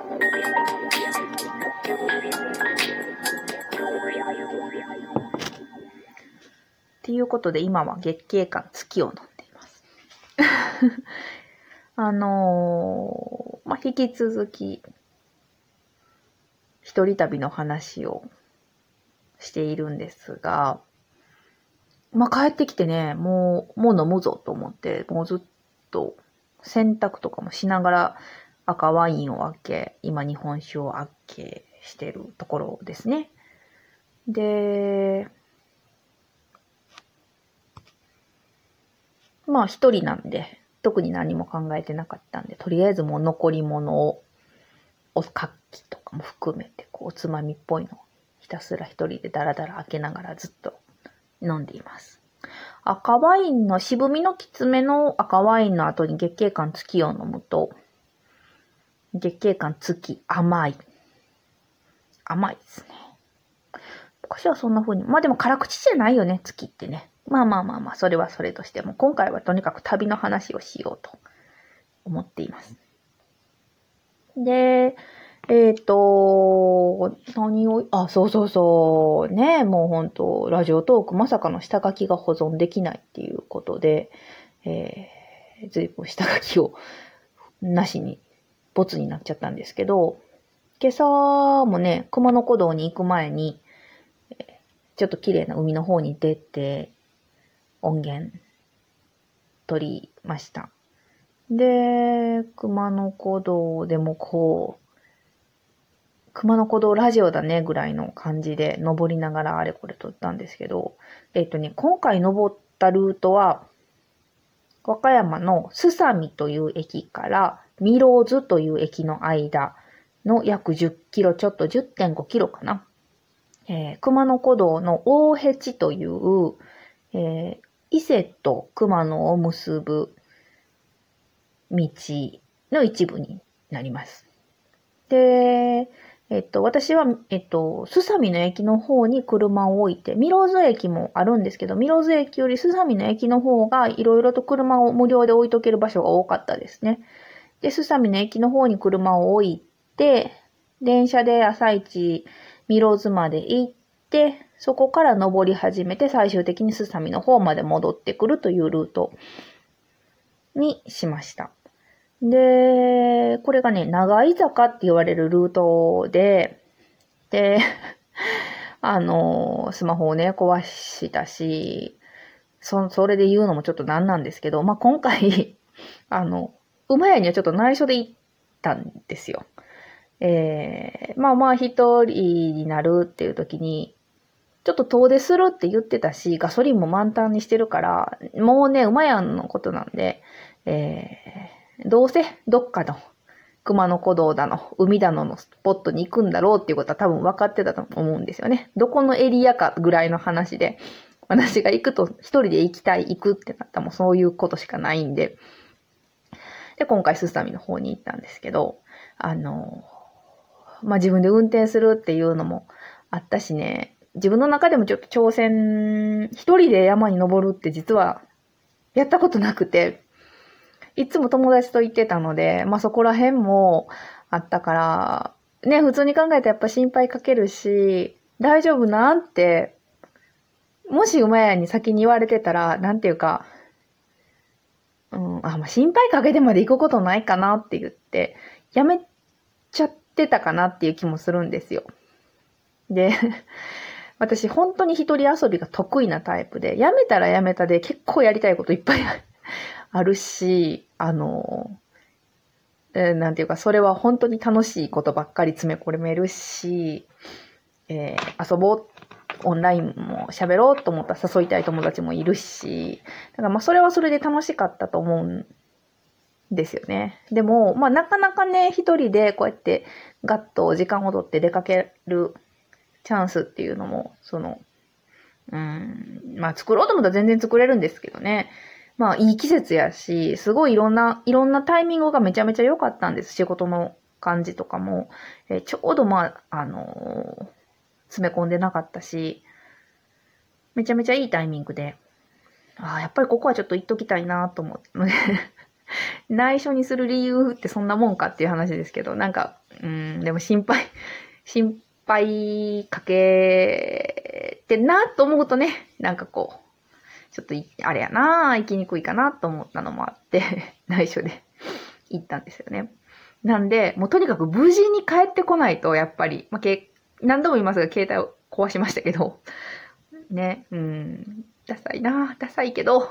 っていうことで今は月桂冠月を飲んでいます。引き続き一人旅の話をしているんですが、帰ってきてね、もう飲むぞと思って、もうずっと洗濯とかもしながら赤ワインを開け、今日本酒を開けしてるところですね。で、一人なんで、特に何も考えてなかったんで、とりあえずもう残り物を、おかきとかも含めて、おつまみっぽいのをひたすら一人でダラダラ開けながらずっと飲んでいます。赤ワインの渋みのきつめの赤ワインの後に月桂冠月を飲むと、月桂冠月甘いですね。昔はそんな風に。でも辛口じゃないよね、月ってね。それはそれとしても、今回はとにかく旅の話をしようと思っています。で、ね、もうほんと、ラジオトークまさかの下書きが保存できないっていうことで、随分下書きをなしに、ボツになっちゃったんですけど、今朝もね、熊野古道に行く前に、ちょっと綺麗な海の方に出て、音源取りました。で、熊野古道でも熊野古道ラジオだねぐらいの感じで登りながらあれこれ撮ったんですけど、今回登ったルートは、和歌山のすさみという駅から御ローズという駅の間の約10キロ、ちょっと 10.5 キロかな。熊野古道の大辺地という、伊勢と熊野を結ぶ道の一部になります。で、私は、すさみの駅の方に車を置いて、御ローズ駅もあるんですけど、御ローズ駅よりすさみの駅の方がいろいろと車を無料で置いとける場所が多かったですね。で、すさみの駅の方に車を置いて、電車で朝一、御ローズまで行って、そこから登り始めて最終的にすさみの方まで戻ってくるというルートにしました。で、これがね、長井坂って言われるルートで、スマホをね、壊したし、それで言うのもちょっとなんなんですけど、今回、馬屋にはちょっと内緒で行ったんですよ。一人になるっていう時に、ちょっと遠出するって言ってたし、ガソリンも満タンにしてるから、もうね、馬屋のことなんで、どうせどっかの熊野古道だの、海だののスポットに行くんだろうっていうことは多分分かってたと思うんですよね。どこのエリアかぐらいの話で、私が行くと一人で行くってなったらもうそういうことしかないんで。で、今回スサミの方に行ったんですけど、自分で運転するっていうのもあったしね、自分の中でもちょっと挑戦、一人で山に登るって実はやったことなくて、いつも友達と行ってたので、そこら辺もあったから、ね、普通に考えたらやっぱ心配かけるし、大丈夫なんて、もし馬屋に先に言われてたら、なんていうか、心配かけてまで行くことないかなって言って、やめちゃってたかなっていう気もするんですよ。で、私本当に一人遊びが得意なタイプで、やめたらやめたで結構やりたいこといっぱいあるし、なんていうか、それは本当に楽しいことばっかり詰め込めるし、遊ぼう、オンラインも喋ろうと思ったら誘いたい友達もいるし、だからそれはそれで楽しかったと思うんですよね。でも、なかなかね、一人でこうやってガッと時間を取って出かけるチャンスっていうのも、作ろうと思ったら全然作れるんですけどね。いい季節やし、すごいいろんなタイミングがめちゃめちゃ良かったんです。仕事の感じとかも。ちょうど詰め込んでなかったし、めちゃめちゃいいタイミングで、やっぱりここはちょっと行っときたいなと思って。内緒にする理由ってそんなもんかっていう話ですけど、なんか、 でも心配かけてなと思うとね、なんかこう、ちょっとあれやな、行きにくいかなと思ったのもあって、内緒で行ったんですよね。なんで、もうとにかく無事に帰ってこないと、やっぱり、何度も言いますが、携帯を壊しましたけど、ね、ダサいけど、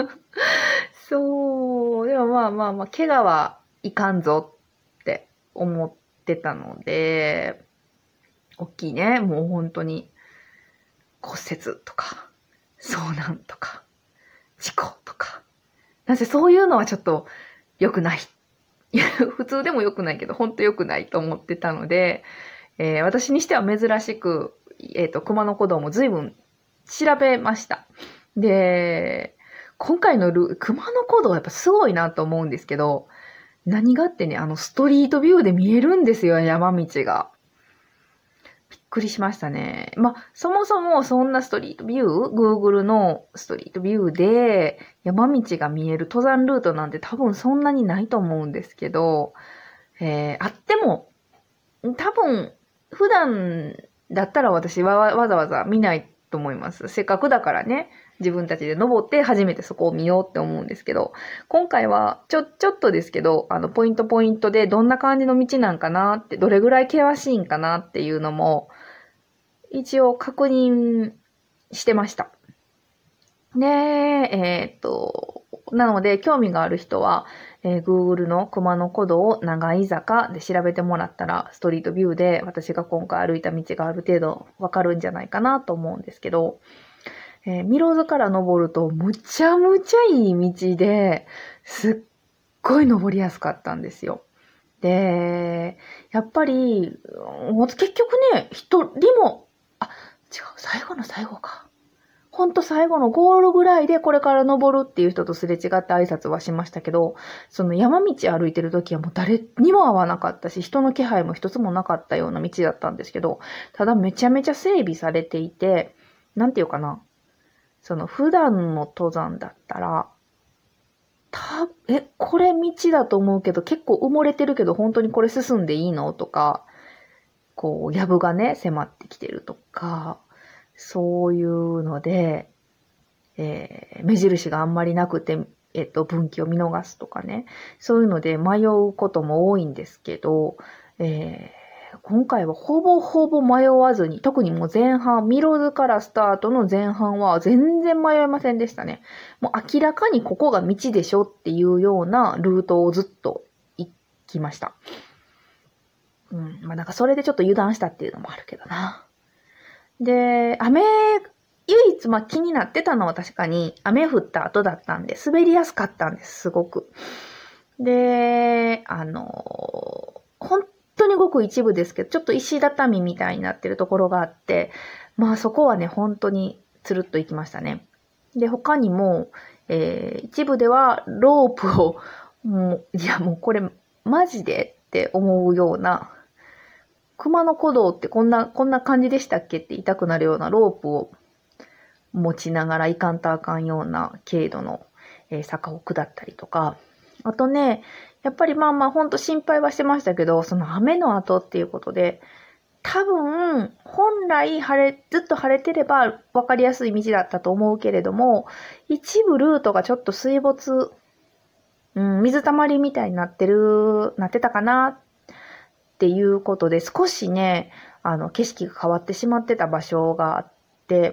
そう、でも怪我はいかんぞって思ってたので、大きいね、もう本当に骨折とか、遭難とか、事故とか。なぜそういうのはちょっと良くない。普通でも良くないけど、本当良くないと思ってたので、私にしては珍しく、熊野古道も随分調べました。で、今回の熊野古道はやっぱすごいなと思うんですけど、何がってね、ストリートビューで見えるんですよ、山道が。びっくりしましたね。そもそもそんなストリートビュー ?Google のストリートビューで山道が見える登山ルートなんて多分そんなにないと思うんですけど、あっても、多分、普段だったら私はわざわざ見ないと思います。せっかくだからね、自分たちで登って初めてそこを見ようって思うんですけど、今回はちょっとですけど、ポイントでどんな感じの道なんかなって、どれぐらい険しいんかなっていうのも、一応確認してました。で、なので、興味がある人は、Google の熊野古道長井坂で調べてもらったら、ストリートビューで私が今回歩いた道がある程度わかるんじゃないかなと思うんですけど、ミローズから登るとむちゃむちゃいい道で、すっごい登りやすかったんですよ。で、やっぱり、結局ね、一人も、違う、最後の最後か。ほんと最後のゴールぐらいでこれから登るっていう人とすれ違って挨拶はしましたけど、その山道歩いてる時はもう誰にも会わなかったし、人の気配も一つもなかったような道だったんですけど、ただめちゃめちゃ整備されていて、なんていうかな、その普段の登山だったら、これ道だと思うけど結構埋もれてるけど本当にこれ進んでいいのとか、こう、藪がね、迫ってきてるとか、そういうので、目印があんまりなくて、分岐を見逃すとかね。そういうので迷うことも多いんですけど、今回はほぼほぼ迷わずに、特にもう前半、ミローズからスタートの前半は全然迷いませんでしたね。もう明らかにここが道でしょっていうようなルートをずっと行きました。なんかそれでちょっと油断したっていうのもあるけどな。で、唯一気になってたのは確かに雨降った後だったんで、滑りやすかったんです、すごく。で、本当にごく一部ですけど、ちょっと石畳みたいになってるところがあって、そこはね、本当につるっと行きましたね。で、他にも、一部ではロープを、もうこれマジでって思うような、熊野古道ってこんな感じでしたっけって言いたくなるようなロープを持ちながら行かんとあかんような経度の、坂を下ったりとか。あとね、やっぱりほんと心配はしてましたけど、その雨の後っていうことで、多分、本来ずっと晴れてれば分かりやすい道だったと思うけれども、一部ルートがちょっと水没、水たまりみたいになってたかなっていうことで、少しね、景色が変わってしまってた場所があって、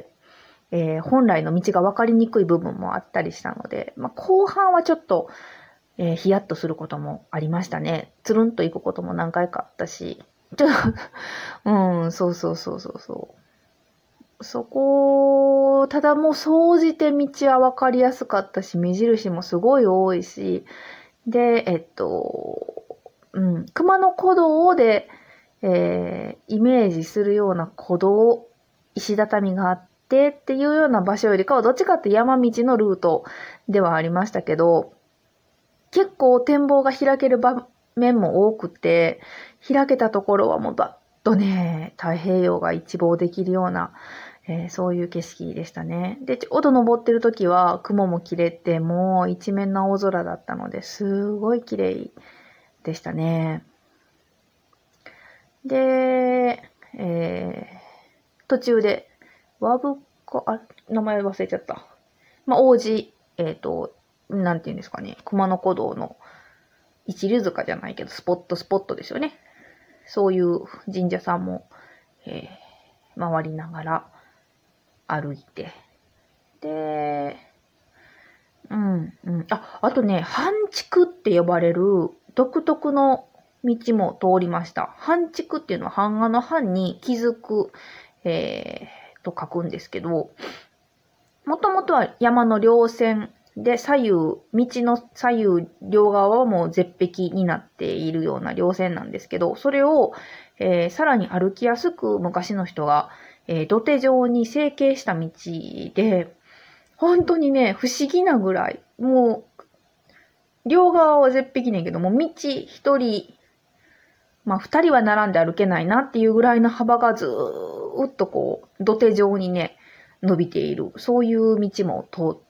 本来の道が分かりにくい部分もあったりしたので、後半はちょっと、ヒヤッとすることもありましたね。つるんと行くことも何回かあったし、そう。そこ、ただもう総じて道は分かりやすかったし、目印もすごい多いし、で、熊野古道で、イメージするような古道、石畳があってっていうような場所よりかは、どっちかって山道のルートではありましたけど、結構展望が開ける場面も多くて、開けたところはもうバッとね、太平洋が一望できるような、そういう景色でしたね。で、ちょうど登ってる時は雲も切れて、もう一面の青空だったので、すごい綺麗でしたね。 で、途中で、名前忘れちゃった。王子、なんていうんですかね、熊野古道の一里塚じゃないけど、スポットですよね。そういう神社さんも、回りながら歩いて。で、あとね、半竹って呼ばれる独特の道も通りました。半竹っていうのは版画の版に気づく、と書くんですけど、もともとは山の稜線で道の左右両側はもう絶壁になっているような稜線なんですけど、それを、さらに歩きやすく昔の人が、土手状に成形した道で、本当にね、不思議なぐらい、もう、両側は絶壁ねんけども、道一人、二人は並んで歩けないなっていうぐらいの幅がずーっとこう、土手状にね、伸びている。そういう道も通って、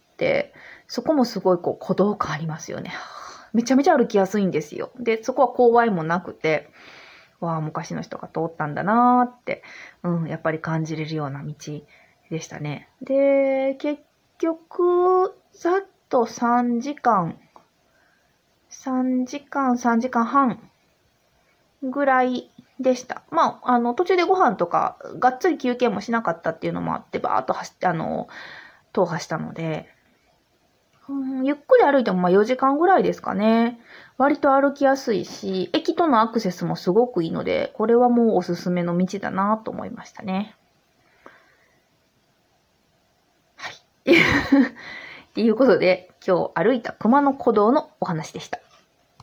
そこもすごいこう、古道感ありますよね。めちゃめちゃ歩きやすいんですよ。で、そこは勾配もなくて、わあ、昔の人が通ったんだなーって、やっぱり感じれるような道でしたね。で、結局、ざっと3時間半ぐらいでした。途中でご飯とか、がっつり休憩もしなかったっていうのもあって、バーっと踏破したので、ゆっくり歩いても4時間ぐらいですかね。割と歩きやすいし、駅とのアクセスもすごくいいので、これはもうおすすめの道だなと思いましたね。はい。っていうことで、今日歩いた熊野古道のお話でした。